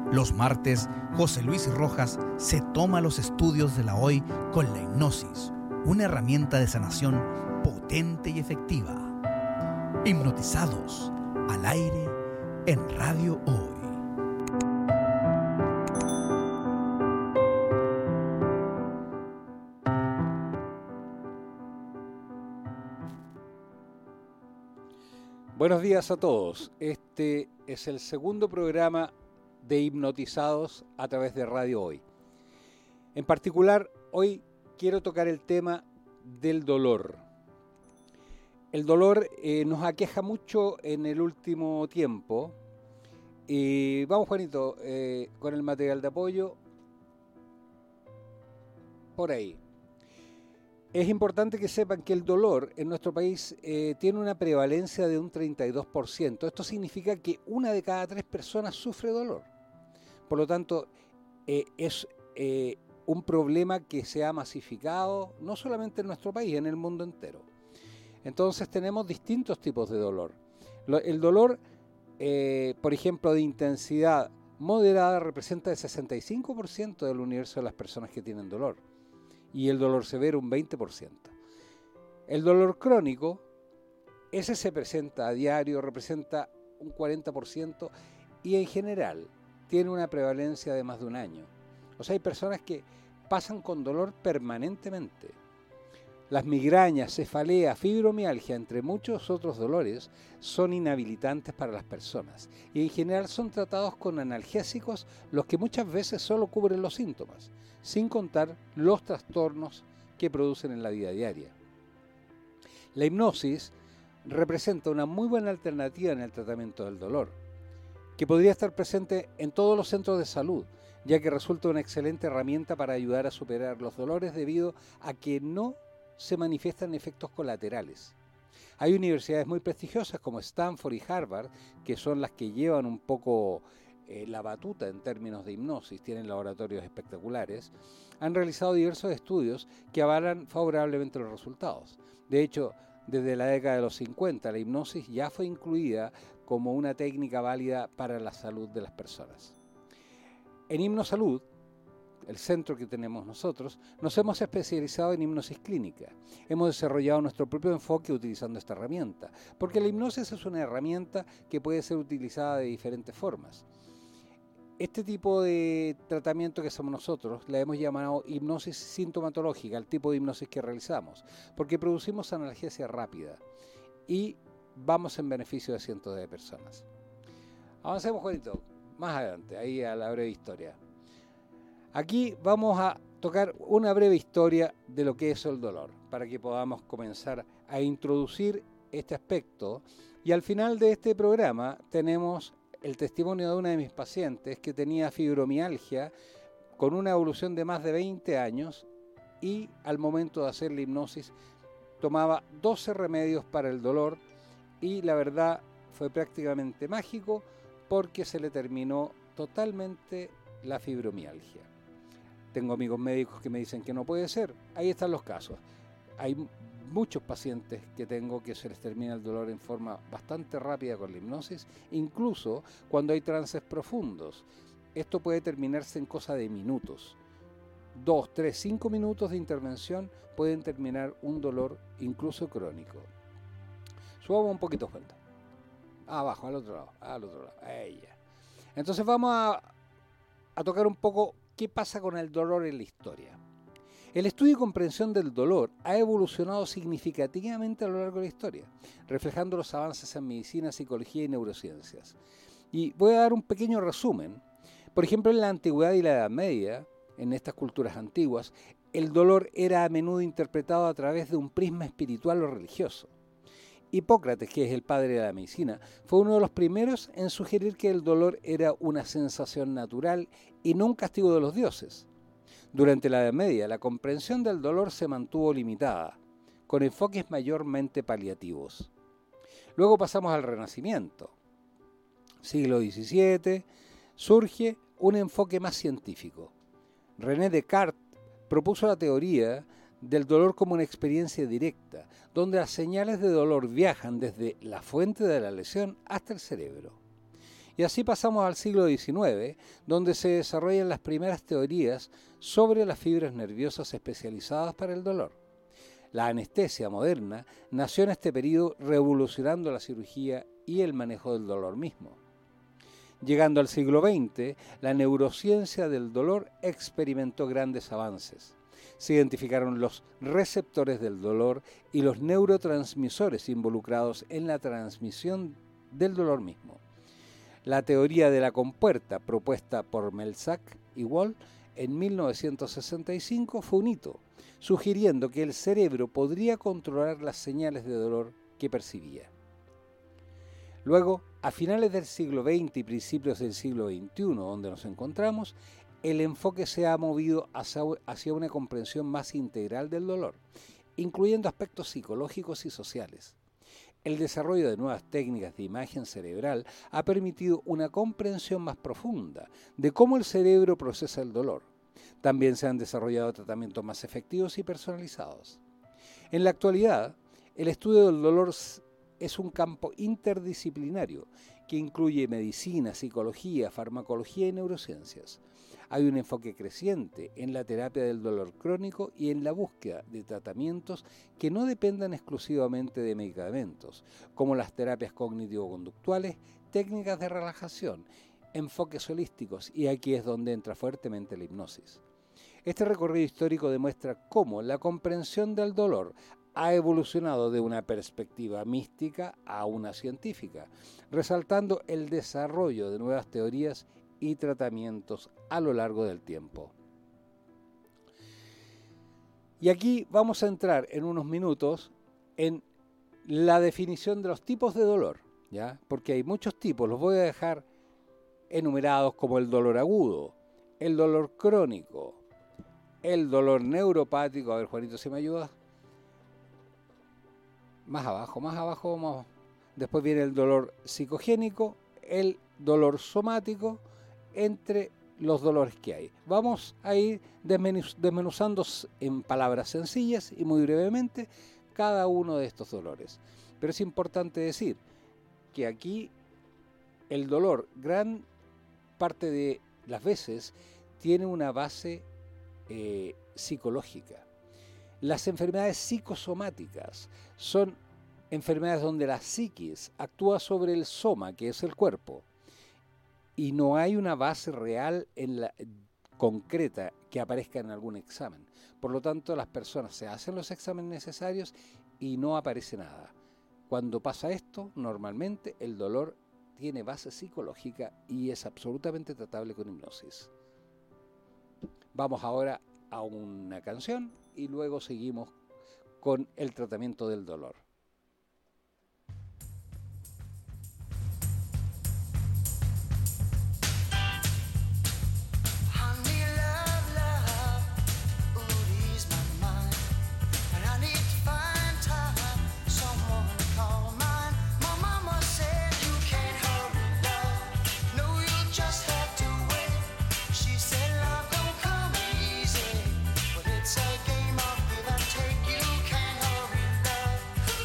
Los martes, José Luis Rojas se toma los estudios de la hoy con la hipnosis, una herramienta de sanación potente y efectiva. Hipnotizados al aire en Radio Hoy. Buenos días a todos. Este es el segundo programa de Hipnotizados a través de Radio Hoy. En particular, hoy quiero tocar el tema del dolor. El dolor nos aqueja mucho en el último tiempo. Y vamos, Juanito, con el material de apoyo. Por ahí. Es importante que sepan que el dolor en nuestro país tiene una prevalencia de un 32%. Esto significa que 1 de cada 3 personas sufre dolor. Por lo tanto, es un problema que se ha masificado no solamente en nuestro país, en el mundo entero. Entonces tenemos distintos tipos de dolor. El dolor, por ejemplo, de intensidad moderada representa el 65% del universo de las personas que tienen dolor. Y el dolor severo un 20%. El dolor crónico, ese se presenta a diario, representa un 40% y en general tiene una prevalencia de más de un año. O sea, hay personas que pasan con dolor permanentemente. Las migrañas, cefalea, fibromialgia, entre muchos otros dolores, son inhabilitantes para las personas y en general son tratados con analgésicos, los que muchas veces solo cubren los síntomas, sin contar los trastornos que producen en la vida diaria. La hipnosis representa una muy buena alternativa en el tratamiento del dolor, que podría estar presente en todos los centros de salud, ya que resulta una excelente herramienta para ayudar a superar los dolores debido a que no se manifiestan efectos colaterales. Hay universidades muy prestigiosas como Stanford y Harvard, que son las que llevan un poco la batuta en términos de hipnosis, tienen laboratorios espectaculares, han realizado diversos estudios que avalan favorablemente los resultados. De hecho, desde la década de los 50, la hipnosis ya fue incluida como una técnica válida para la salud de las personas. En Hipnosalud, el centro que tenemos nosotros, nos hemos especializado en hipnosis clínica. Hemos desarrollado nuestro propio enfoque utilizando esta herramienta, porque la hipnosis es una herramienta que puede ser utilizada de diferentes formas. Este tipo de tratamiento que hacemos nosotros la hemos llamado hipnosis sintomatológica, el tipo de hipnosis que realizamos, porque producimos analgesia rápida y vamos en beneficio de cientos de personas. Avancemos, Juanito, más adelante, ahí a la breve historia. Aquí vamos a tocar una breve historia de lo que es el dolor, para que podamos comenzar a introducir este aspecto. Y al final de este programa tenemos el testimonio de una de mis pacientes que tenía fibromialgia con una evolución de más de 20 años y al momento de hacer la hipnosis tomaba 12 remedios para el dolor y la verdad fue prácticamente mágico porque se le terminó totalmente la fibromialgia. Tengo amigos médicos que me dicen que no puede ser. Ahí están los casos. Hay muchos pacientes que tengo que se les termina el dolor en forma bastante rápida con la hipnosis, incluso cuando hay trances profundos. Esto puede terminarse en cosa de minutos. 2, 3, 5 minutos de intervención pueden terminar un dolor incluso crónico. Subamos un poquito, Juan. Abajo, al otro lado. Ahí ya. Entonces vamos a tocar un poco qué pasa con el dolor en la historia. El estudio y comprensión del dolor ha evolucionado significativamente a lo largo de la historia, reflejando los avances en medicina, psicología y neurociencias. Y voy a dar un pequeño resumen. Por ejemplo, en la antigüedad y la Edad Media, en estas culturas antiguas, el dolor era a menudo interpretado a través de un prisma espiritual o religioso. Hipócrates, que es el padre de la medicina, fue uno de los primeros en sugerir que el dolor era una sensación natural y no un castigo de los dioses. Durante la Edad Media, la comprensión del dolor se mantuvo limitada, con enfoques mayormente paliativos. Luego pasamos al Renacimiento. Siglo XVII, surge un enfoque más científico. René Descartes propuso la teoría del dolor como una experiencia directa, donde las señales de dolor viajan desde la fuente de la lesión hasta el cerebro. Y así pasamos al siglo XIX, donde se desarrollan las primeras teorías sobre las fibras nerviosas especializadas para el dolor. La anestesia moderna nació en este periodo revolucionando la cirugía y el manejo del dolor mismo. Llegando al siglo XX, la neurociencia del dolor experimentó grandes avances. Se identificaron los receptores del dolor y los neurotransmisores involucrados en la transmisión del dolor mismo. La teoría de la compuerta, propuesta por Melzack y Wall en 1965, fue un hito, sugiriendo que el cerebro podría controlar las señales de dolor que percibía. Luego, a finales del siglo XX y principios del siglo XXI, donde nos encontramos, el enfoque se ha movido hacia una comprensión más integral del dolor, incluyendo aspectos psicológicos y sociales. El desarrollo de nuevas técnicas de imagen cerebral ha permitido una comprensión más profunda de cómo el cerebro procesa el dolor. También se han desarrollado tratamientos más efectivos y personalizados. En la actualidad, el estudio del dolor es un campo interdisciplinario que incluye medicina, psicología, farmacología y neurociencias. Hay un enfoque creciente en la terapia del dolor crónico y en la búsqueda de tratamientos que no dependan exclusivamente de medicamentos, como las terapias cognitivo-conductuales, técnicas de relajación, enfoques holísticos, y aquí es donde entra fuertemente la hipnosis. Este recorrido histórico demuestra cómo la comprensión del dolor ha evolucionado de una perspectiva mística a una científica, resaltando el desarrollo de nuevas teorías y tratamientos a lo largo del tiempo. Y aquí vamos a entrar en unos minutos en la definición de los tipos de dolor, ¿ya? Porque hay muchos tipos, los voy a dejar enumerados como el dolor agudo, el dolor crónico, el dolor neuropático. A ver, Juanito, si me ayuda. Más abajo vamos. Después viene el dolor psicogénico, el dolor somático, entre los dolores que hay. Vamos a ir desmenuzando en palabras sencillas y muy brevemente cada uno de estos dolores. Pero es importante decir que aquí el dolor, gran parte de las veces, tiene una base psicológica. Las enfermedades psicosomáticas son enfermedades donde la psiquis actúa sobre el soma, que es el cuerpo, y no hay una base real concreta que aparezca en algún examen. Por lo tanto, las personas se hacen los exámenes necesarios y no aparece nada. Cuando pasa esto, normalmente el dolor tiene base psicológica y es absolutamente tratable con hipnosis. Vamos ahora a una canción y luego seguimos con el tratamiento del dolor. It's a game of give and take. You can't hurry love.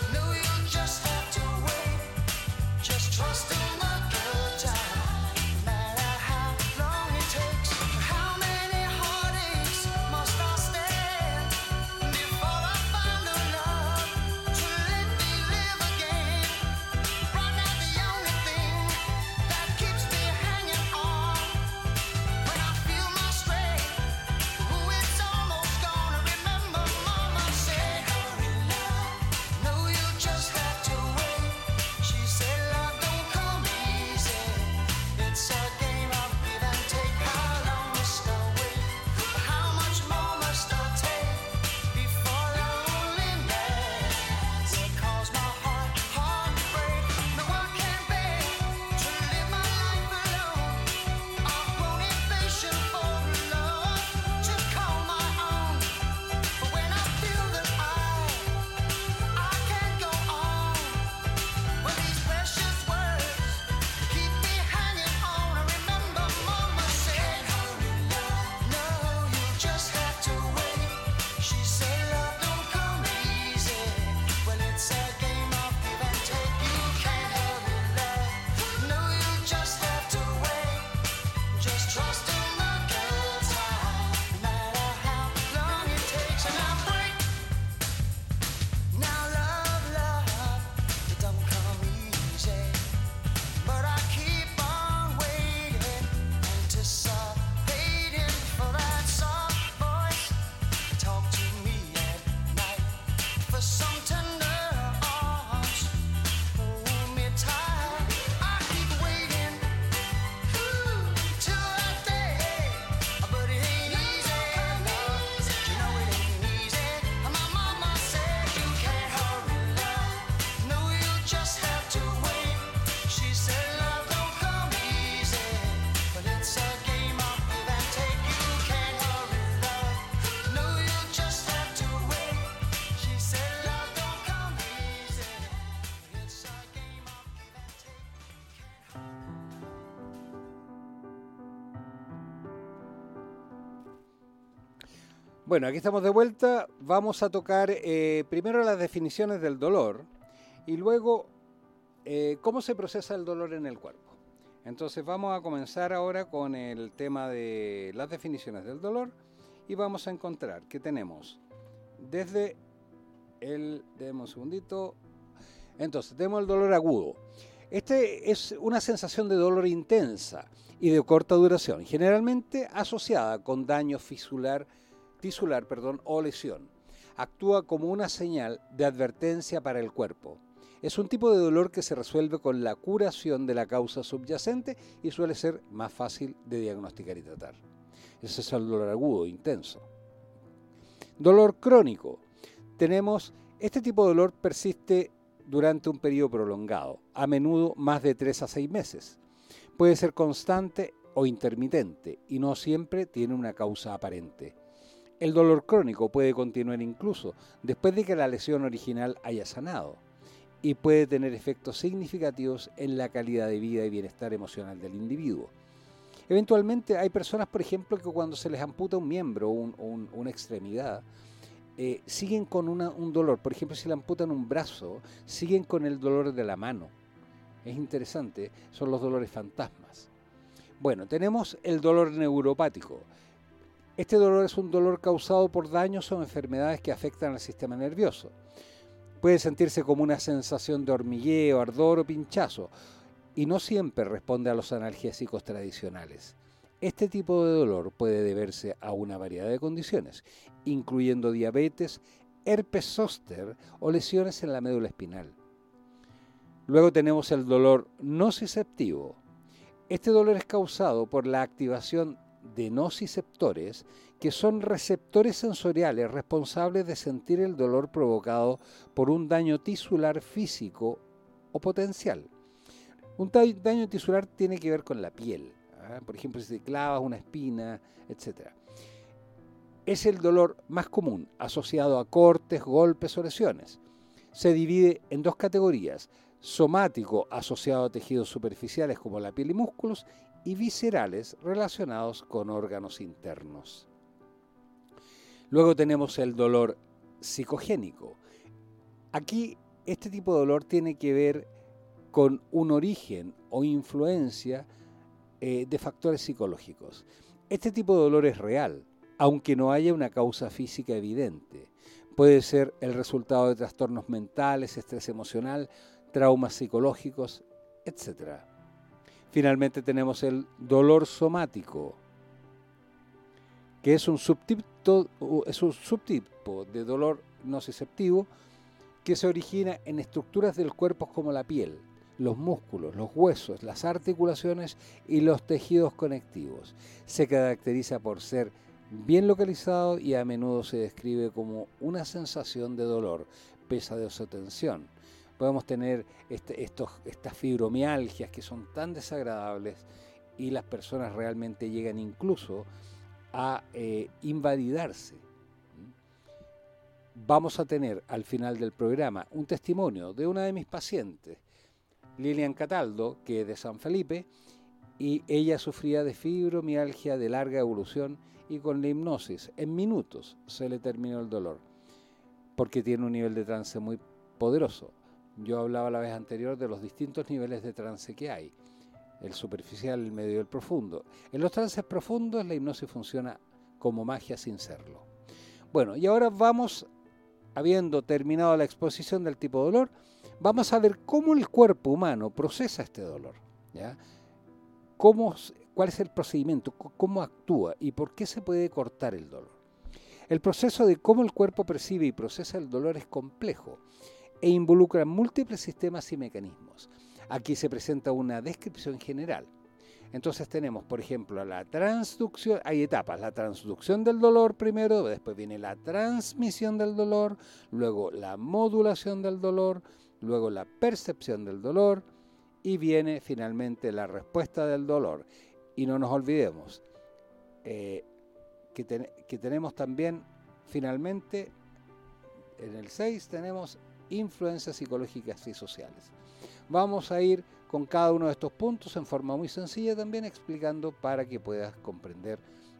Bueno, aquí estamos de vuelta. Vamos a tocar primero las definiciones del dolor y luego cómo se procesa el dolor en el cuerpo. Entonces vamos a comenzar ahora con el tema de las definiciones del dolor y vamos a encontrar que tenemos desde demos un segundito. Entonces tenemos el dolor agudo. Este es una sensación de dolor intensa y de corta duración, generalmente asociada con daño tisular, o lesión. Actúa como una señal de advertencia para el cuerpo. Es un tipo de dolor que se resuelve con la curación de la causa subyacente y suele ser más fácil de diagnosticar y tratar. Ese es el dolor agudo, intenso. Dolor crónico. Este tipo de dolor persiste durante un periodo prolongado, a menudo más de 3 a 6 meses. Puede ser constante o intermitente y no siempre tiene una causa aparente. El dolor crónico puede continuar incluso después de que la lesión original haya sanado y puede tener efectos significativos en la calidad de vida y bienestar emocional del individuo. Eventualmente hay personas, por ejemplo, que cuando se les amputa un miembro o una extremidad, siguen con un dolor. Por ejemplo, si le amputan un brazo, siguen con el dolor de la mano. Es interesante, son los dolores fantasmas. Bueno, tenemos el dolor neuropático. Este dolor es un dolor causado por daños o enfermedades que afectan al sistema nervioso. Puede sentirse como una sensación de hormigueo, ardor o pinchazo, y no siempre responde a los analgésicos tradicionales. Este tipo de dolor puede deberse a una variedad de condiciones, incluyendo diabetes, herpes zóster o lesiones en la médula espinal. Luego tenemos el dolor nociceptivo. Este dolor es causado por la activación de nociceptores, que son receptores sensoriales responsables de sentir el dolor provocado por un daño tisular físico o potencial. Un daño tisular tiene que ver con la piel. Por ejemplo, si te clavas una espina, etc. Es el dolor más común, asociado a cortes, golpes o lesiones. Se divide en 2 categorías: somático, asociado a tejidos superficiales como la piel y músculos, y viscerales, relacionados con órganos internos. Luego tenemos el dolor psicogénico. Aquí, este tipo de dolor tiene que ver con un origen o influencia de factores psicológicos. Este tipo de dolor es real, aunque no haya una causa física evidente. Puede ser el resultado de trastornos mentales, estrés emocional, traumas psicológicos, etc. Finalmente tenemos el dolor somático, que es un subtipo de dolor nociceptivo que se origina en estructuras del cuerpo como la piel, los músculos, los huesos, las articulaciones y los tejidos conectivos. Se caracteriza por ser bien localizado y a menudo se describe como una sensación de dolor, pesadez o tensión. Podemos tener estas fibromialgias que son tan desagradables y las personas realmente llegan incluso a invalidarse. Vamos a tener al final del programa un testimonio de una de mis pacientes, Lilian Cataldo, que es de San Felipe, y ella sufría de fibromialgia de larga evolución y con la hipnosis en minutos se le terminó el dolor porque tiene un nivel de trance muy poderoso. Yo hablaba la vez anterior de los distintos niveles de trance que hay, el superficial, el medio y el profundo. En los trances profundos la hipnosis funciona como magia sin serlo. Bueno, y ahora vamos, habiendo terminado la exposición del tipo de dolor, vamos a ver cómo el cuerpo humano procesa este dolor, ¿ya? ¿Cuál es el procedimiento? ¿Cómo actúa? ¿Y por qué se puede cortar el dolor? El proceso de cómo el cuerpo percibe y procesa el dolor es complejo e involucra múltiples sistemas y mecanismos. Aquí se presenta una descripción general. Entonces tenemos, por ejemplo, la transducción, hay etapas, la transducción del dolor primero, después viene la transmisión del dolor, luego la modulación del dolor, luego la percepción del dolor y viene finalmente la respuesta del dolor. Y no nos olvidemos que tenemos también finalmente en el 6 tenemos influencias psicológicas y sociales. Vamos a ir con cada uno de estos puntos en forma muy sencilla también explicando para que puedas comprender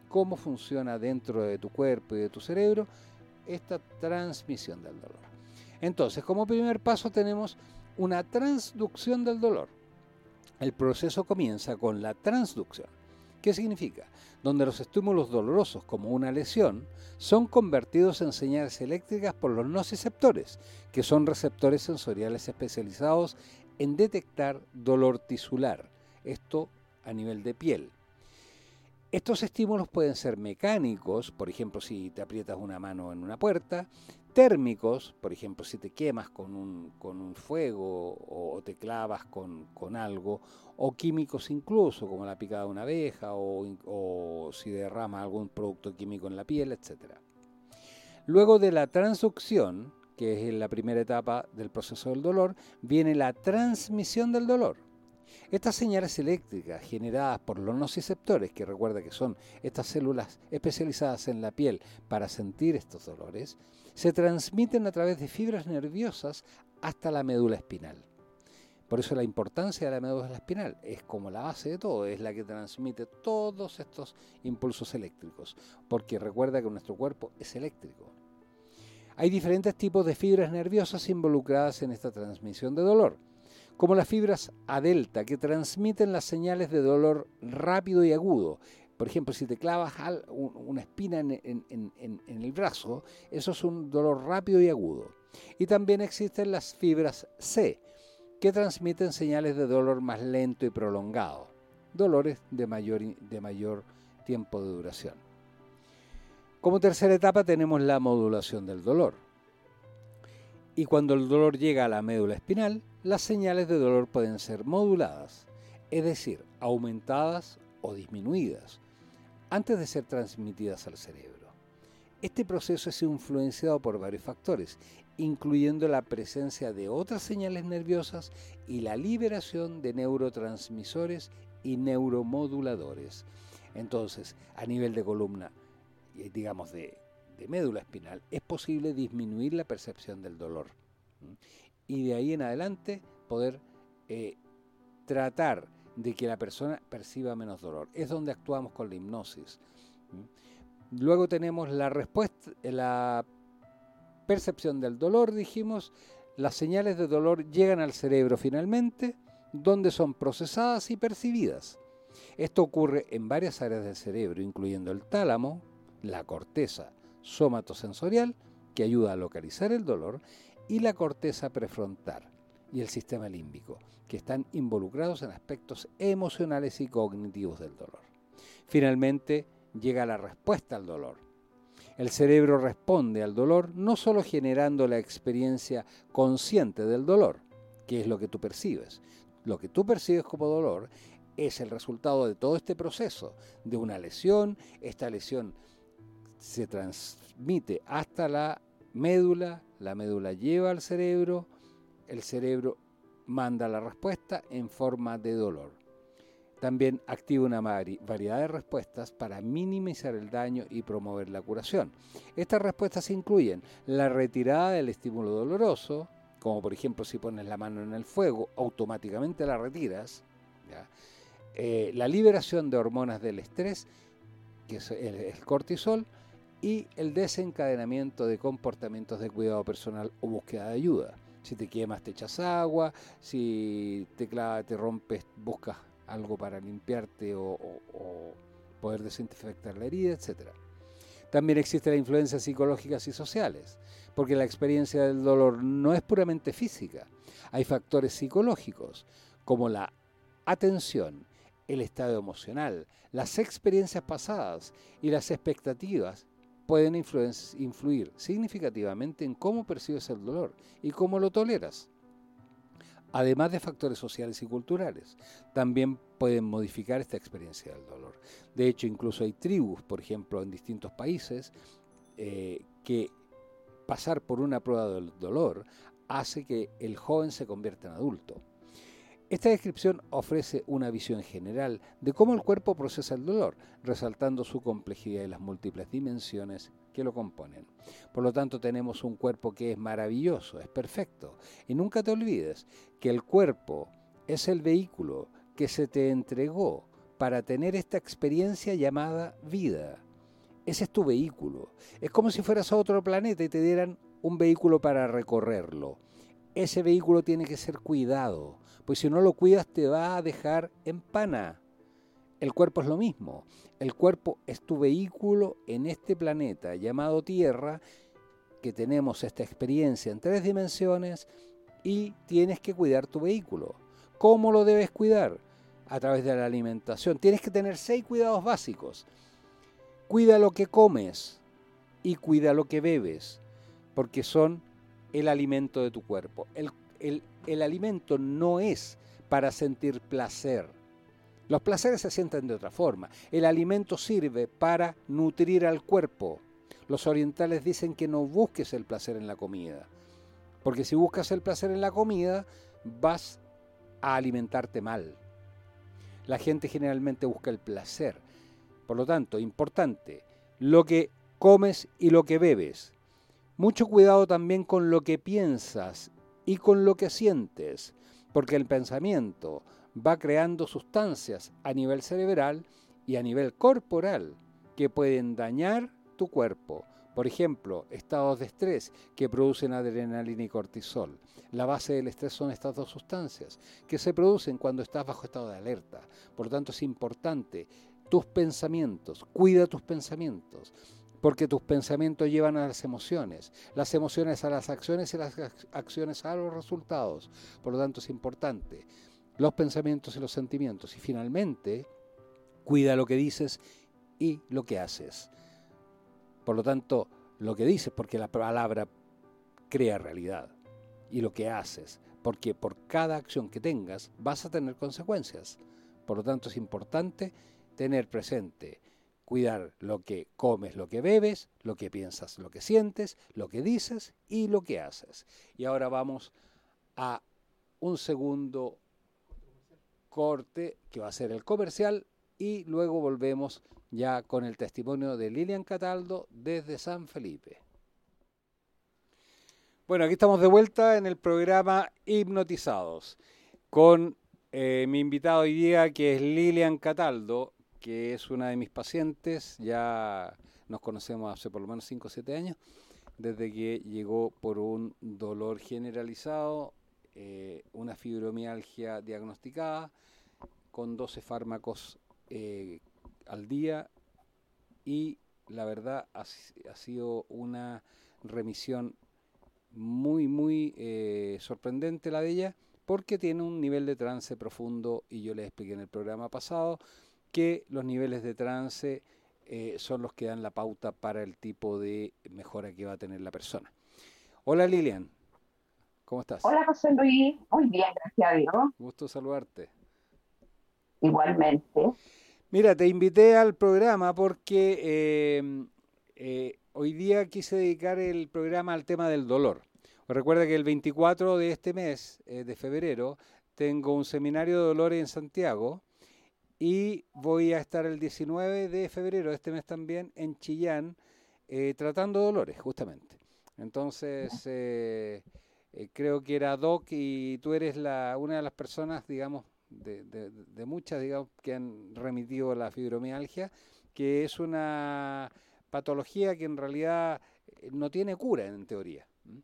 cómo funciona dentro de tu cuerpo y de tu cerebro esta transmisión del dolor. Entonces, como primer paso tenemos una transducción del dolor. El proceso comienza con la transducción. ¿Qué significa? Donde los estímulos dolorosos, como una lesión, son convertidos en señales eléctricas por los nociceptores, que son receptores sensoriales especializados en detectar dolor tisular, esto a nivel de piel. Estos estímulos pueden ser mecánicos, por ejemplo, si te aprietas una mano en una puerta, térmicos, por ejemplo, si te quemas con un fuego o te clavas con algo, o químicos incluso, como la picada de una abeja o si derrama algún producto químico en la piel, etc. Luego de la transducción, que es la primera etapa del proceso del dolor, viene la transmisión del dolor. Estas señales eléctricas generadas por los nociceptores, que recuerda que son estas células especializadas en la piel para sentir estos dolores, se transmiten a través de fibras nerviosas hasta la médula espinal. Por eso la importancia de la médula espinal es como la base de todo, es la que transmite todos estos impulsos eléctricos, porque recuerda que nuestro cuerpo es eléctrico. Hay diferentes tipos de fibras nerviosas involucradas en esta transmisión de dolor, como las fibras A delta, que transmiten las señales de dolor rápido y agudo. Por ejemplo, si te clavas una espina en el brazo, eso es un dolor rápido y agudo. Y también existen las fibras C, que transmiten señales de dolor más lento y prolongado, dolores de mayor tiempo de duración. Como tercera etapa tenemos la modulación del dolor. Y cuando el dolor llega a la médula espinal, las señales de dolor pueden ser moduladas, es decir, aumentadas o disminuidas, antes de ser transmitidas al cerebro. Este proceso es influenciado por varios factores, incluyendo la presencia de otras señales nerviosas y la liberación de neurotransmisores y neuromoduladores. Entonces, a nivel de columna, digamos de médula espinal, es posible disminuir la percepción del dolor. Y de ahí en adelante poder tratar de que la persona perciba menos dolor. Es donde actuamos con la hipnosis. Luego tenemos la respuesta, la percepción del dolor, dijimos, las señales de dolor llegan al cerebro finalmente, donde son procesadas y percibidas. Esto ocurre en varias áreas del cerebro, incluyendo el tálamo, la corteza somatosensorial, que ayuda a localizar el dolor, y la corteza prefrontal y el sistema límbico, que están involucrados en aspectos emocionales y cognitivos del dolor. Finalmente, llega la respuesta al dolor. El cerebro responde al dolor no solo generando la experiencia consciente del dolor, que es lo que tú percibes. Lo que tú percibes como dolor es el resultado de todo este proceso, de una lesión. Esta lesión se transmite hasta la médula lleva al cerebro, el cerebro manda la respuesta en forma de dolor. También activa una variedad de respuestas para minimizar el daño y promover la curación. Estas respuestas incluyen la retirada del estímulo doloroso, como por ejemplo si pones la mano en el fuego, automáticamente la retiras, ¿ya? La liberación de hormonas del estrés, que es el cortisol, y el desencadenamiento de comportamientos de cuidado personal o búsqueda de ayuda. Si te quemas, te echas agua, si te clavas, te rompes, buscas algo para limpiarte o poder desinfectar la herida, etc. También existen las influencias psicológicas y sociales, porque la experiencia del dolor no es puramente física. Hay factores psicológicos, como la atención, el estado emocional, las experiencias pasadas y las expectativas pueden influir significativamente en cómo percibes el dolor y cómo lo toleras. Además de factores sociales y culturales, también pueden modificar esta experiencia del dolor. De hecho, incluso hay tribus, por ejemplo, en distintos países, que pasar por una prueba del dolor hace que el joven se convierta en adulto. Esta descripción ofrece una visión general de cómo el cuerpo procesa el dolor, resaltando su complejidad y las múltiples dimensiones que lo componen. Por lo tanto, tenemos un cuerpo que es maravilloso, es perfecto. Y nunca te olvides que el cuerpo es el vehículo que se te entregó para tener esta experiencia llamada vida. Ese es tu vehículo. Es como si fueras a otro planeta y te dieran un vehículo para recorrerlo. Ese vehículo tiene que ser cuidado, pues si no lo cuidas te va a dejar en pana. El cuerpo es lo mismo. El cuerpo es tu vehículo en este planeta llamado Tierra, que tenemos esta experiencia en 3 dimensiones y tienes que cuidar tu vehículo. ¿Cómo lo debes cuidar? A través de la alimentación. Tienes que tener 6 cuidados básicos. Cuida lo que comes y cuida lo que bebes, porque son el alimento de tu cuerpo. El alimento no es para sentir placer. Los placeres se sienten de otra forma. El alimento sirve para nutrir al cuerpo. Los orientales dicen que no busques el placer en la comida, porque si buscas el placer en la comida, vas a alimentarte mal. La gente generalmente busca el placer. Por lo tanto, importante, lo que comes y lo que bebes. Mucho cuidado también con lo que piensas y con lo que sientes, porque el pensamiento va creando sustancias a nivel cerebral y a nivel corporal que pueden dañar tu cuerpo. Por ejemplo, estados de estrés que producen adrenalina y cortisol. La base del estrés son estas 2 sustancias que se producen cuando estás bajo estado de alerta. Por lo tanto, es importante tus pensamientos, cuida tus pensamientos, porque tus pensamientos llevan a las emociones a las acciones y las acciones a los resultados. Por lo tanto, es importante los pensamientos y los sentimientos. Y finalmente, cuida lo que dices y lo que haces. Por lo tanto, lo que dices, porque la palabra crea realidad. Y lo que haces, porque por cada acción que tengas vas a tener consecuencias. Por lo tanto, es importante tener presente, cuidar lo que comes, lo que bebes, lo que piensas, lo que sientes, lo que dices y lo que haces. Y ahora vamos a un segundo corte que va a ser el comercial y luego volvemos ya con el testimonio de Lilian Cataldo desde San Felipe. Bueno, aquí estamos de vuelta en el programa Hipnotizados con mi invitado hoy día, que es Lilian Cataldo, que es una de mis pacientes. Ya nos conocemos hace por lo menos 5 o 7 años, desde que llegó por un dolor generalizado, una fibromialgia diagnosticada, con 12 fármacos al día, y la verdad ha sido una remisión muy sorprendente la de ella, porque tiene un nivel de trance profundo, y yo les expliqué en el programa pasado que los niveles de trance son los que dan la pauta para el tipo de mejora que va a tener la persona. Hola Lilian, ¿cómo estás? Hola José Luis, muy bien, gracias a Dios. Gusto saludarte. Igualmente. Mira, te invité al programa porque hoy día quise dedicar el programa al tema del dolor. Recuerda que el 24 de este mes, de febrero, tengo un seminario de dolores en Santiago, y voy a estar el 19 de febrero de este mes también en Chillán, tratando dolores, justamente. Entonces, creo que era Doc, y tú eres una de las personas, digamos, de muchas, digamos, que han remitido la fibromialgia, que es una patología que en realidad no tiene cura en teoría,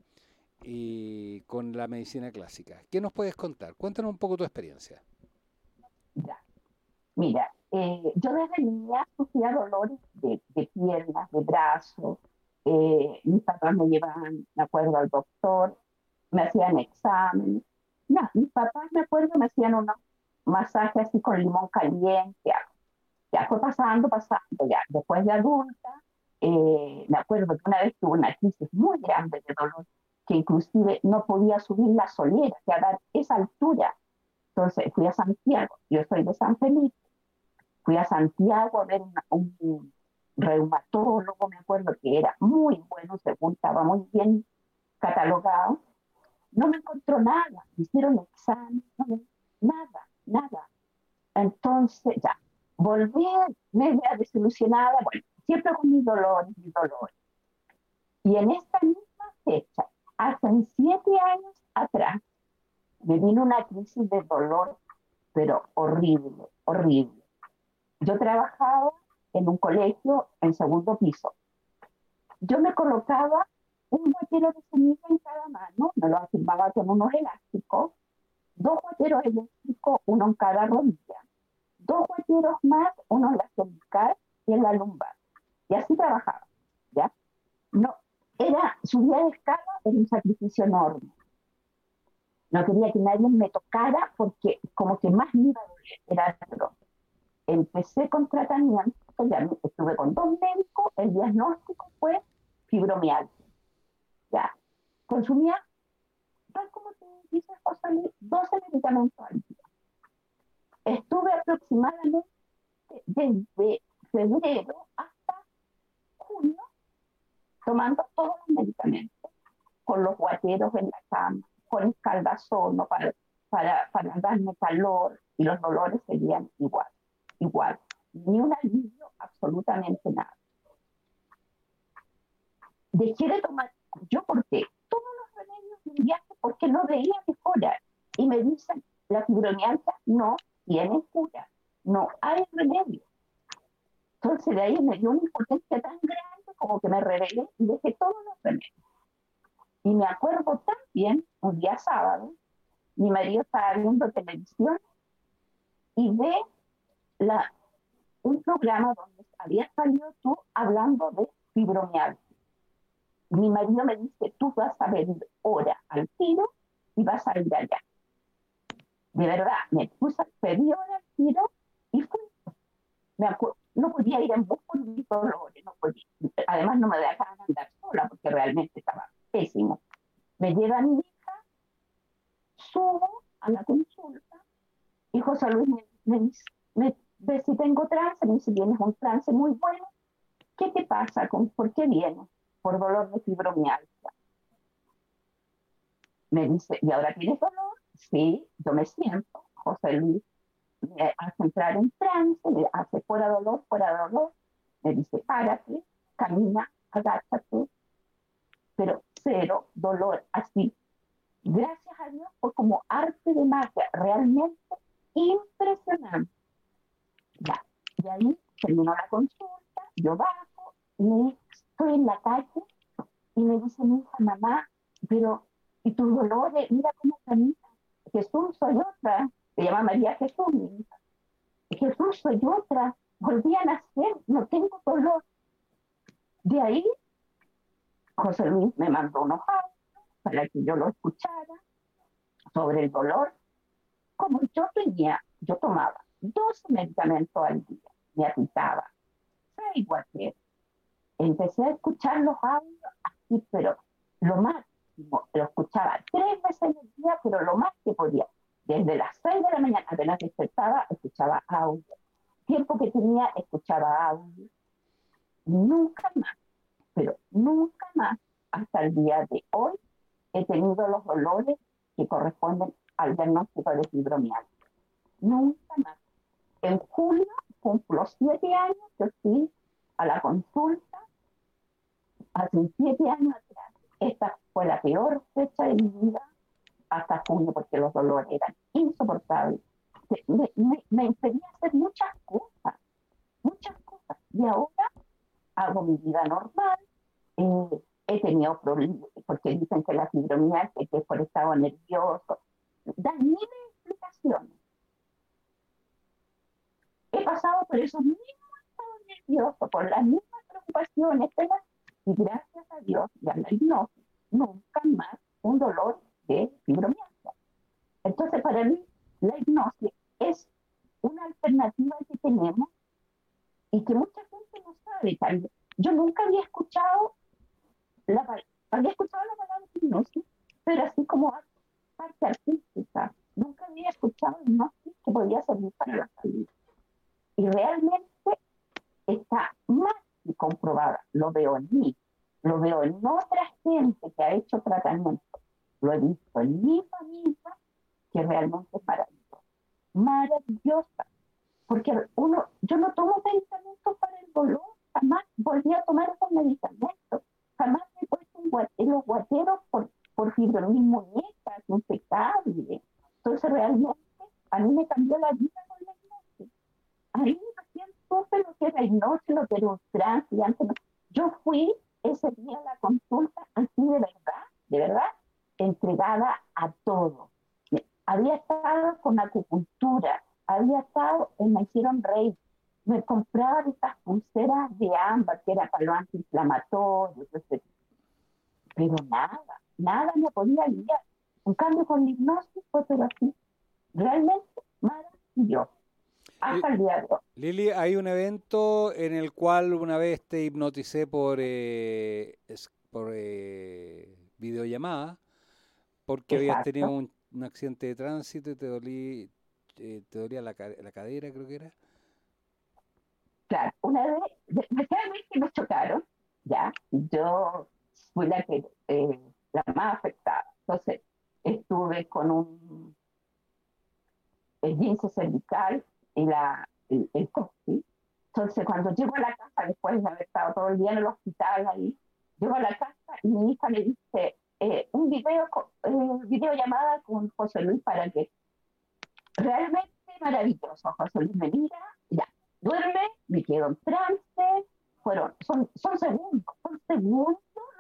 y con la medicina clásica. ¿Qué nos puedes contar? Cuéntanos un poco tu experiencia. Ya. Mira, yo desde niña sufría dolores de piernas, de brazos. Mis papás me llevaban, me acuerdo, al doctor, me hacían exámenes. Ya, mis papás, me acuerdo, me hacían unos masajes así con limón caliente. Ya fue pasando, ya. Después de adulta, me acuerdo que una vez tuve una crisis muy grande de dolor, que inclusive no podía subir la solera, que a dar esa altura. Entonces fui a Santiago, yo soy de San Felipe, fui a Santiago a ver un reumatólogo, me acuerdo que era muy bueno, según estaba muy bien catalogado. No me encontró nada, me hicieron examen, nada. Entonces ya, volví media desilusionada, bueno, siempre con mis dolores. Y en esta misma fecha, hace 7 años atrás, me vino una crisis de dolor, pero horrible. Yo trabajaba en un colegio en segundo piso. Yo me colocaba un guatero de semilla en cada mano, me lo afirmaba con unos elásticos, 2 guateros eléctricos, uno en cada rodilla, 2 guateros más, uno en la cervical y en la lumbar. Y así trabajaba, ¿ya? No, subía de escala, era un sacrificio enorme. No quería que nadie me tocara porque como que más me iba a doler, era atroz. Empecé con tratamiento, ya estuve con 2 médicos, el diagnóstico fue fibromialgia. Ya, consumía, tal como te dice José Luis, 12 medicamentos al día. Estuve aproximadamente desde febrero hasta junio tomando todos los medicamentos, con los guateros en la cama, con escaldazono para darme calor, y los dolores seguían igual. Ni un alivio, absolutamente nada. Dejé de tomar, yo corté todos los remedios de un viaje porque no veía mejora. Y me dicen, la fibromialgia no tiene cura, no hay remedio. Entonces de ahí me dio una impotencia tan grande como que me rebelé y dejé todos los remedios. Y me acuerdo también, un día sábado, mi marido estaba viendo televisión y ve un programa donde habías salido tú hablando de fibromialgia. Mi marido me dice, tú vas a venir hora al tiro y vas a ir allá. De verdad, me puse a pedir hora al tiro y fui. No podía ir en bus por mis dolores, no podía. Además no me dejaban andar sola porque realmente estaba pésimo. Me lleva mi hija, subo a la consulta y José Luis me ve si tengo trance, me dice, tienes un trance muy bueno, ¿qué te pasa? ¿Por qué vienes? Por dolor de fibromialgia. Me dice, ¿y ahora tienes dolor? Sí, yo me siento. José Luis me hace entrar en trance, me hace fuera dolor, me dice, párate, camina, agáchate, pero cero dolor, así. Gracias a Dios fue como arte de magia, realmente impresionante. Ya, y ahí terminó la consulta, yo bajo y estoy en la calle y me dice mi hija, mamá, pero ¿y tus dolores? Mira cómo camina. Jesús, soy otra. Se llama María Jesús, mi hija. Jesús, soy otra. Volví a nacer, no tengo dolor. De ahí, José Luis me mandó unos audios para que yo lo escuchara sobre el dolor. Como yo tomaba 12 medicamentos al día, me aplicaba 6 guateros. Empecé a escuchar los audios así, pero lo máximo, lo escuchaba 3 veces al día, pero lo más que podía. Desde las 6 de la mañana, apenas despertaba, escuchaba audio. Tiempo que tenía, escuchaba audio. Nunca más, pero nunca más, hasta el día de hoy, he tenido los dolores que corresponden al diagnóstico de fibromialgia. Nunca más. En julio cumplo 7 años que fui a la consulta, hace 7 años atrás. Esta fue la peor fecha de mi vida hasta junio porque los dolores eran insoportables. Me impedía hacer muchas cosas. Y ahora hago mi vida normal. He tenido problemas porque dicen que la fibromialgia, que es por estado nervioso, dan miles de explicaciones. He pasado por esos mismos estados nerviosos, por las mismas preocupaciones, y gracias a Dios y a la hipnosis, nunca más un dolor de fibromialgia. Entonces, para mí, la hipnosis es una alternativa que tenemos y que mucha gente no sabe. Yo nunca había escuchado la palabra hipnosis, pero así como parte artística. Nunca había escuchado hipnosis que podía servir para la salud. Y realmente está más que comprobada. Lo veo en mí, lo veo en otra gente que ha hecho tratamiento. Lo he visto en mi familia, que realmente es maravillosa. Porque yo no tomo medicamentos para el dolor, jamás volví a tomar esos medicamentos, jamás me he puesto los guateros por fibro, mis muñecas, impecables. Entonces realmente a mí me cambió la vida con la hipnosis. Ahí me siento que era hipnosis, lo que era un trance, y antes yo fui ese día a la consulta así de verdad, entregada a todo. Había estado con acupuntura, había estado, me hicieron reír, me compraban estas pulseras de ámbar, que era para lo antiinflamatorio, pero nada me podía aliviar. En cambio, con la hipnosis fue pero así, realmente maravilloso, hasta el día de hoy. Lili, hay un evento en el cual una vez te hipnoticé por videollamada, porque habías tenido un accidente de tránsito y te dolía la cadera, creo que era. Claro, una vez, desgraciadamente me chocaron, ya, y yo fui la más afectada. Entonces, estuve con el esguince cervical y el coxis. Entonces, cuando llego a la casa, después de haber estado todo el día en el hospital ahí, llego a la casa y mi hija me dice, videollamada con José Luis para que realmente maravilloso. José Luis me mira, ya, duerme, me quedo en trance, son segundos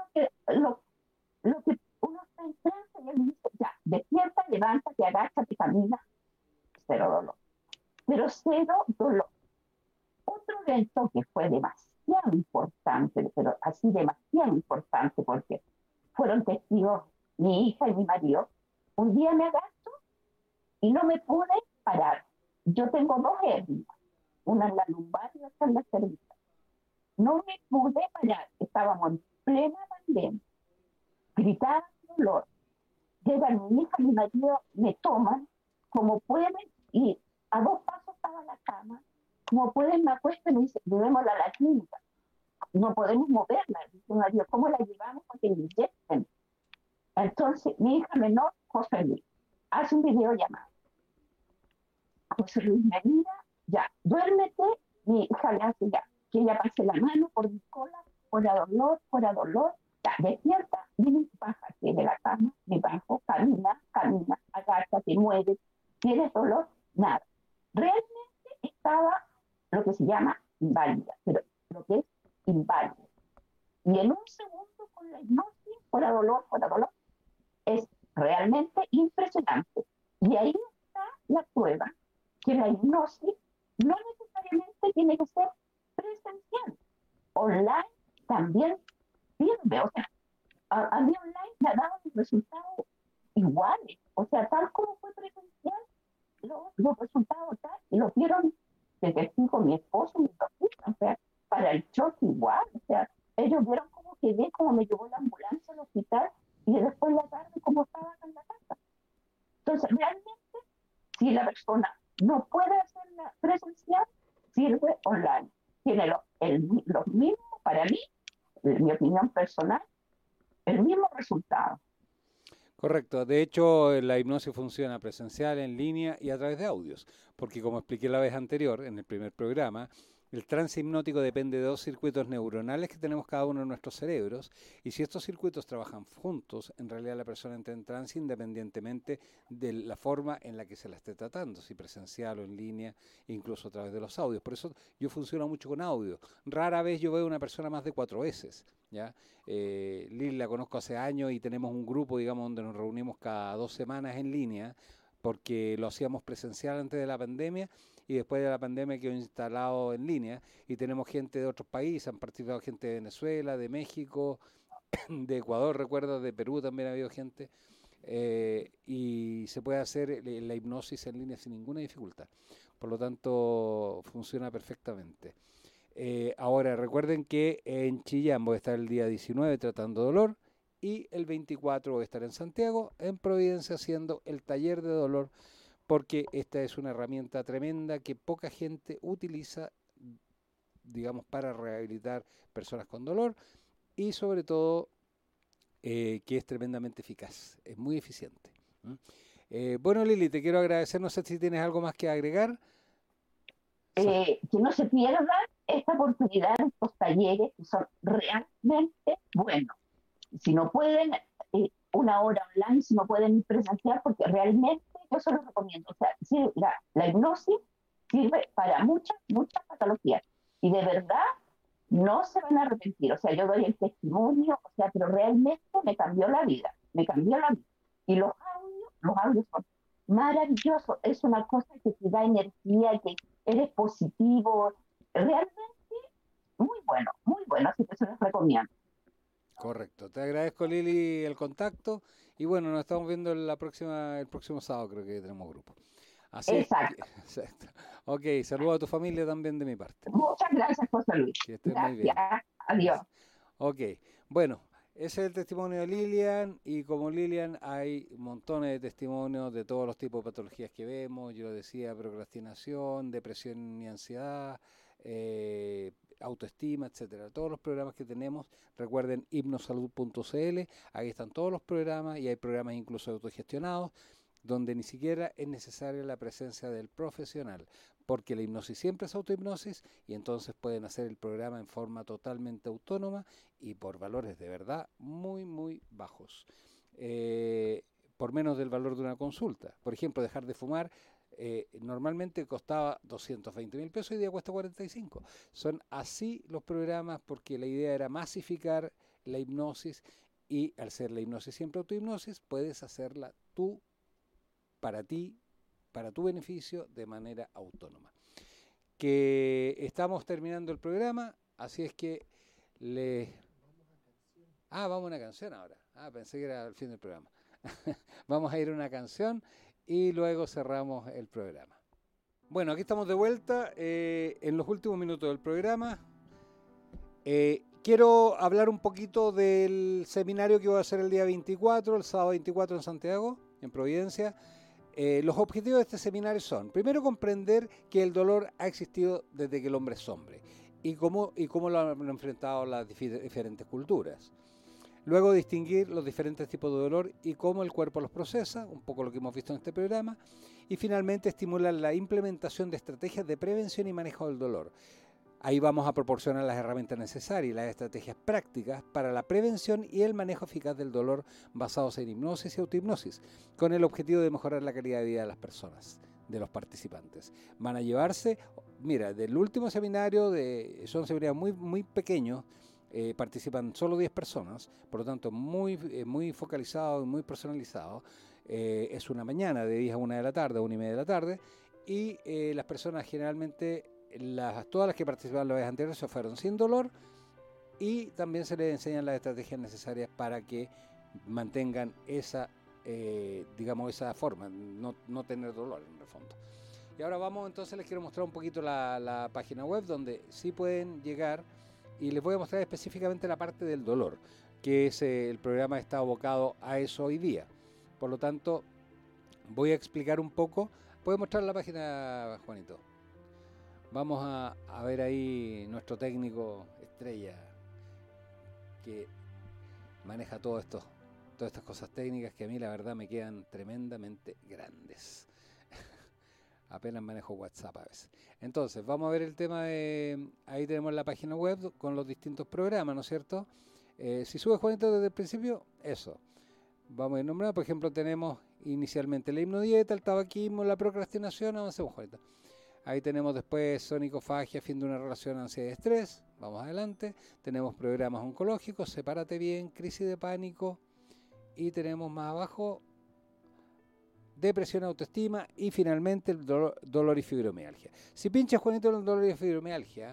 lo que uno está en trance y él dice, ya, despierta, levántate, agáchate, camina, cero dolor. Pero cero dolor. Otro evento que fue demasiado importante, pero así demasiado importante, porque fueron testigos mi hija y mi marido. Un día me agacho y no me pude parar. Yo tengo 2 hernias, una en la lumbar y otra en la cervical. No me pude parar, estábamos en plena pandemia, gritaba de dolor. Llegan mi hija y mi marido, me toman como pueden y a 2 pasos estaba la cama, como pueden me acuesto y me dicen, llevémosla a la clínica, no podemos moverla. Dice mi marido, ¿cómo la llevamos para que la inyecten? Entonces mi hija menor, José Luis, hace un videollamada. José Luis me mira, ya, duérmete, mi hija le hace ya, que ella pase la mano por mi cola, fuera dolor, ya, despierta, y bájate de la cama, me bajo, camina, agáchate, mueve, ¿tienes dolor? Nada. Realmente estaba lo que se llama inválida, pero lo que es inválida. Y en un segundo con la hipnosis, fuera dolor, es realmente impresionante. Y ahí está la prueba que la hipnosis no necesariamente tiene que ser presencial. Online también sirve. O sea, a mí online me ha dado resultados iguales. O sea, tal como fue presencial, los resultados tal, y los vieron de testigo mi esposo, mi hija. O sea, para el choque igual. O sea, ellos vieron cómo quedé, cómo me llevó la ambulancia al hospital y después en la tarde cómo estaba en la casa. Entonces, realmente, si la persona no puede hacerla presencial, sirve online. Tiene los mismos, para mí, en mi opinión personal, el mismo resultado. Correcto. De hecho, la hipnosis funciona presencial, en línea y a través de audios. Porque como expliqué la vez anterior, en el primer programa, el trance hipnótico depende de 2 circuitos neuronales que tenemos cada uno en nuestros cerebros, y si estos circuitos trabajan juntos, en realidad la persona entra en trance independientemente de la forma en la que se la esté tratando, si presencial o en línea, incluso a través de los audios. Por eso yo funciono mucho con audio. Rara vez yo veo a una persona más de 4 veces. ¿Ya? Lili la conozco hace años y tenemos un grupo, digamos, donde nos reunimos cada 2 semanas en línea, porque lo hacíamos presencial antes de la pandemia y después de la pandemia quedó instalado en línea, y tenemos gente de otros países, han participado gente de Venezuela, de México, de Ecuador, recuerdo, de Perú también ha habido gente, y se puede hacer la hipnosis en línea sin ninguna dificultad. Por lo tanto, funciona perfectamente. Ahora, recuerden que en Chillán voy a estar el día 19 tratando dolor, y el 24 voy a estar en Santiago, en Providencia, haciendo el taller de dolor, porque esta es una herramienta tremenda que poca gente utiliza, digamos, para rehabilitar personas con dolor, y sobre todo que es tremendamente eficaz, es muy eficiente. Bueno, Lili, te quiero agradecer, no sé si tienes algo más que agregar. Que no se pierdan esta oportunidad de estos talleres que son realmente buenos. Si no pueden, 1 hora online, si no pueden presenciar, porque realmente yo se los recomiendo. O sea, la hipnosis sirve para muchas patologías. y de verdad no se van a arrepentir. O sea, yo doy el testimonio, o sea, pero realmente me cambió la vida, me cambió la vida. Y los audios son maravillosos, es una cosa que te da energía, que eres positivo, realmente muy bueno, así que se los recomiendo. Correcto. Te agradezco, Lili, el contacto. Y bueno, nos estamos viendo el próximo sábado, creo que tenemos grupo. Así es que, Exacto. exacto. Ok, saludo a tu familia también de mi parte. Muchas gracias, José Luis. Que estés muy bien. Gracias. Adiós. Gracias. Ok, bueno, ese es el testimonio de Lilian y como Lilian hay montones de testimonios de todos los tipos de patologías que vemos. Yo decía procrastinación, depresión y ansiedad, autoestima, etcétera. Todos los programas que tenemos, recuerden hipnosalud.cl, ahí están todos los programas y hay programas incluso autogestionados donde ni siquiera es necesaria la presencia del profesional, porque la hipnosis siempre es autohipnosis y entonces pueden hacer el programa en forma totalmente autónoma y por valores de verdad muy bajos. Por menos del valor de una consulta. Por ejemplo, dejar de fumar normalmente costaba 220.000 pesos y hoy día cuesta 45. Son así los programas porque la idea era masificar la hipnosis y al ser la hipnosis siempre autohipnosis, puedes hacerla tú, para ti, para tu beneficio, de manera autónoma. Que estamos terminando el programa, así es que vamos a una canción ahora. Pensé que era el fin del programa. Vamos a ir a una canción y luego cerramos el programa. Bueno, aquí estamos de vuelta en los últimos minutos del programa. Quiero hablar un poquito del seminario que voy a hacer el día 24, el sábado 24 en Santiago, en Providencia. Los objetivos de este seminario son, primero, comprender que el dolor ha existido desde que el hombre es hombre y cómo lo han enfrentado las diferentes culturas. Luego, distinguir los diferentes tipos de dolor y cómo el cuerpo los procesa, un poco lo que hemos visto en este programa. Y finalmente, estimular la implementación de estrategias de prevención y manejo del dolor. Ahí vamos a proporcionar las herramientas necesarias y las estrategias prácticas para la prevención y el manejo eficaz del dolor basados en hipnosis y autohipnosis, con el objetivo de mejorar la calidad de vida de las personas, de los participantes. Van a llevarse, mira, del último seminario, son seminarios muy pequeños, participan solo 10 personas, por lo tanto muy focalizado y muy personalizado. Es una mañana de 10 a 1 de la tarde, 1 y media de la tarde, y las personas generalmente, todas las que participaron la vez anterior se fueron sin dolor y también se les enseñan las estrategias necesarias para que mantengan esa forma, no tener dolor en el fondo. Y ahora vamos, entonces les quiero mostrar un poquito la página web donde sí pueden llegar y les voy a mostrar específicamente la parte del dolor, que es el programa está abocado a eso hoy día. Por lo tanto, voy a explicar un poco. ¿Puedes mostrar la página, Juanito? Vamos a ver ahí nuestro técnico estrella que maneja todas estas cosas técnicas que a mí la verdad me quedan tremendamente grandes. Apenas manejo WhatsApp a veces. Entonces, vamos a ver el tema de... Ahí tenemos la página web con los distintos programas, ¿no es cierto? Si sube Juanito desde el principio, eso. Vamos a ir nombrando, por ejemplo, tenemos inicialmente la hipnodieta, el tabaquismo, la procrastinación, avancemos, Juanito. Ahí tenemos después sonicofagia, fin de una relación, ansiedad y estrés. Vamos adelante. Tenemos programas oncológicos, sepárate bien, crisis de pánico. Y tenemos más abajo depresión, autoestima y finalmente el dolor y fibromialgia. Si pinchas, Juanito, en el dolor y fibromialgia,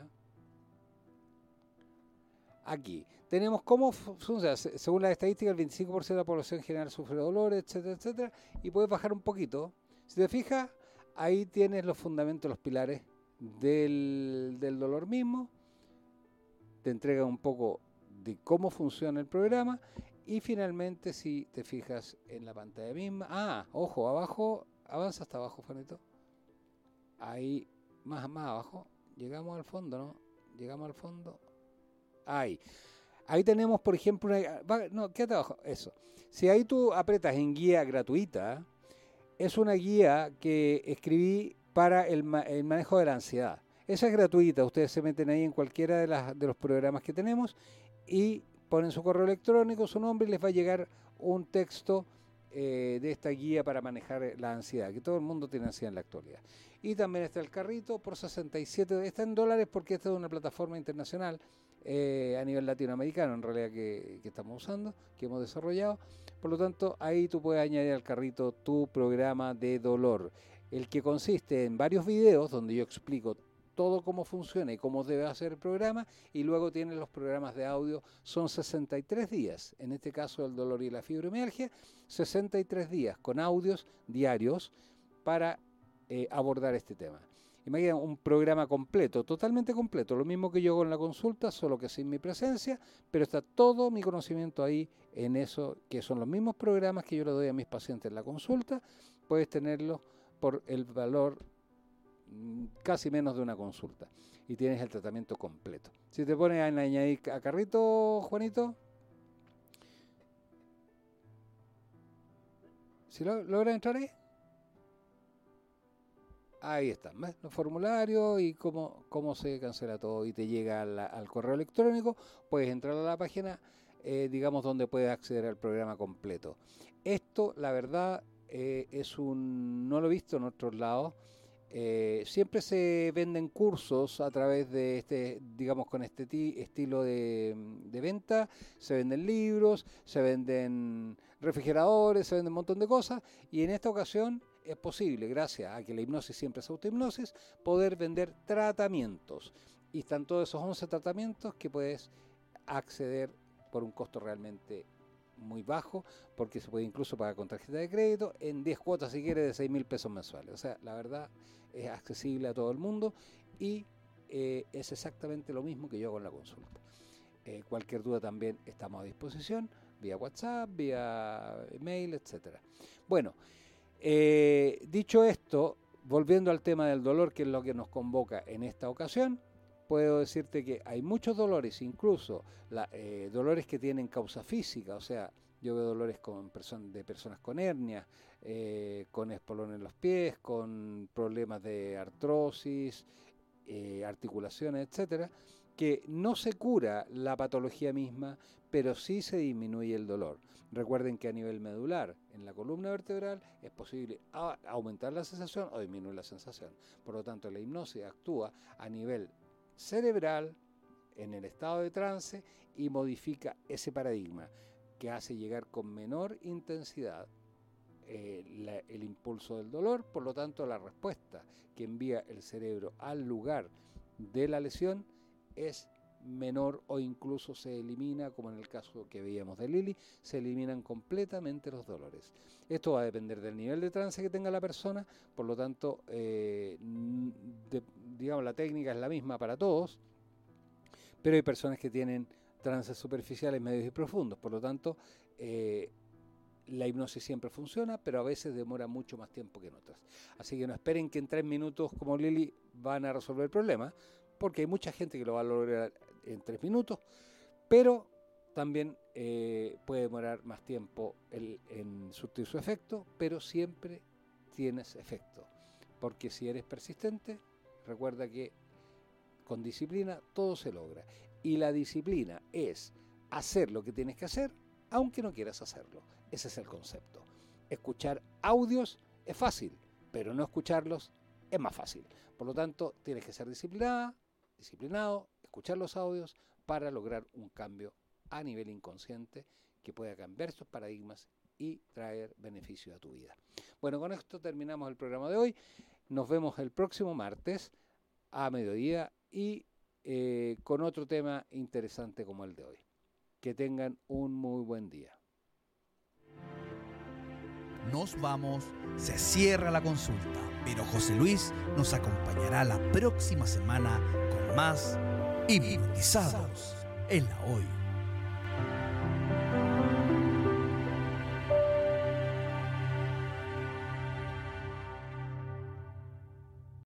aquí tenemos cómo funciona. Según las estadísticas, el 25% de la población general sufre dolor, etcétera, etcétera. Y puedes bajar un poquito. Si te fijas, ahí tienes los fundamentos, los pilares del dolor mismo. Te entrega un poco de cómo funciona el programa. Y finalmente, si te fijas en la pantalla misma. Ojo, abajo, avanza hasta abajo, Juanito. Ahí, más abajo. Llegamos al fondo, ¿no? Llegamos al fondo. Ahí tenemos, por ejemplo, quédate abajo, eso. Si ahí tú apretas en guía gratuita, es una guía que escribí para el manejo de la ansiedad. Esa es gratuita, ustedes se meten ahí en cualquiera de los programas que tenemos y ponen su correo electrónico, su nombre y les va a llegar un texto de esta guía para manejar la ansiedad, que todo el mundo tiene ansiedad en la actualidad. Y también está el carrito por 67, está en dólares porque esta es una plataforma internacional a nivel latinoamericano, en realidad, que estamos usando, que hemos desarrollado. Por lo tanto, ahí tú puedes añadir al carrito tu programa de dolor, el que consiste en varios videos donde yo explico todo cómo funciona y cómo debe hacer el programa, y luego tienen los programas de audio. Son 63 días, en este caso el dolor y la fibromialgia, 63 días con audios diarios para abordar este tema. Imagina un programa completo, totalmente completo, lo mismo que yo hago en la consulta, solo que sin mi presencia, pero está todo mi conocimiento ahí en eso, que son los mismos programas que yo le doy a mis pacientes en la consulta. Puedes tenerlos por el valor casi menos de una consulta y tienes el tratamiento completo. Si te pones a añadir a carrito, Juanito, si logras entrar ahí, ahí están, ¿ves? Los formularios y cómo se cancela todo y te llega al correo electrónico. Puedes entrar a la página, digamos, donde puedes acceder al programa completo. Esto, la verdad, no lo he visto en otros lados. Siempre se venden cursos a través de digamos, con este estilo de venta. Se venden libros, se venden refrigeradores, se venden un montón de cosas, y en esta ocasión es posible, gracias a que la hipnosis siempre es autohipnosis, poder vender tratamientos, y están todos esos 11 tratamientos que puedes acceder por un costo realmente muy bajo, porque se puede incluso pagar con tarjeta de crédito en 10 cuotas si quieres de 6.000 pesos mensuales. O sea, la verdad es accesible a todo el mundo y es exactamente lo mismo que yo hago en la consulta. Cualquier duda también estamos a disposición vía WhatsApp, vía email, etcétera. Bueno, dicho esto, volviendo al tema del dolor, que es lo que nos convoca en esta ocasión, puedo decirte que hay muchos dolores, incluso dolores que tienen causa física. O sea, yo veo dolores de personas con hernias, con espolón en los pies, con problemas de artrosis, articulaciones, etcétera, que no se cura la patología misma, pero sí se disminuye el dolor. Recuerden que a nivel medular, en la columna vertebral, es posible aumentar la sensación o disminuir la sensación. Por lo tanto, la hipnosis actúa a nivel cerebral, en el estado de trance, y modifica ese paradigma que hace llegar con menor intensidad el impulso del dolor. Por lo tanto, la respuesta que envía el cerebro al lugar de la lesión es menor, o incluso se elimina, como en el caso que veíamos de Lili, se eliminan completamente los dolores. Esto va a depender del nivel de trance que tenga la persona. Por lo tanto, digamos, la técnica es la misma para todos, pero hay personas que tienen trances superficiales, medios y profundos. Por lo tanto, la hipnosis siempre funciona, pero a veces demora mucho más tiempo que en otras. Así que no esperen que en 3 minutos, como Lili, van a resolver el problema, porque hay mucha gente que lo va a lograr en 3 minutos, pero también puede demorar más tiempo en surtir su efecto, pero siempre tienes efecto, porque si eres persistente, recuerda que con disciplina todo se logra, y la disciplina es hacer lo que tienes que hacer, aunque no quieras hacerlo. Ese es el concepto. Escuchar audios es fácil, pero no escucharlos es más fácil. Por lo tanto, tienes que ser disciplinado, escuchar los audios para lograr un cambio a nivel inconsciente que pueda cambiar estos paradigmas y traer beneficio a tu vida. Bueno, con esto terminamos el programa de hoy. Nos vemos el próximo martes a mediodía y con otro tema interesante como el de hoy. Que tengan un muy buen día. Nos vamos, se cierra la consulta, pero José Luis nos acompañará la próxima semana con más Hipnotizados en la Hoy.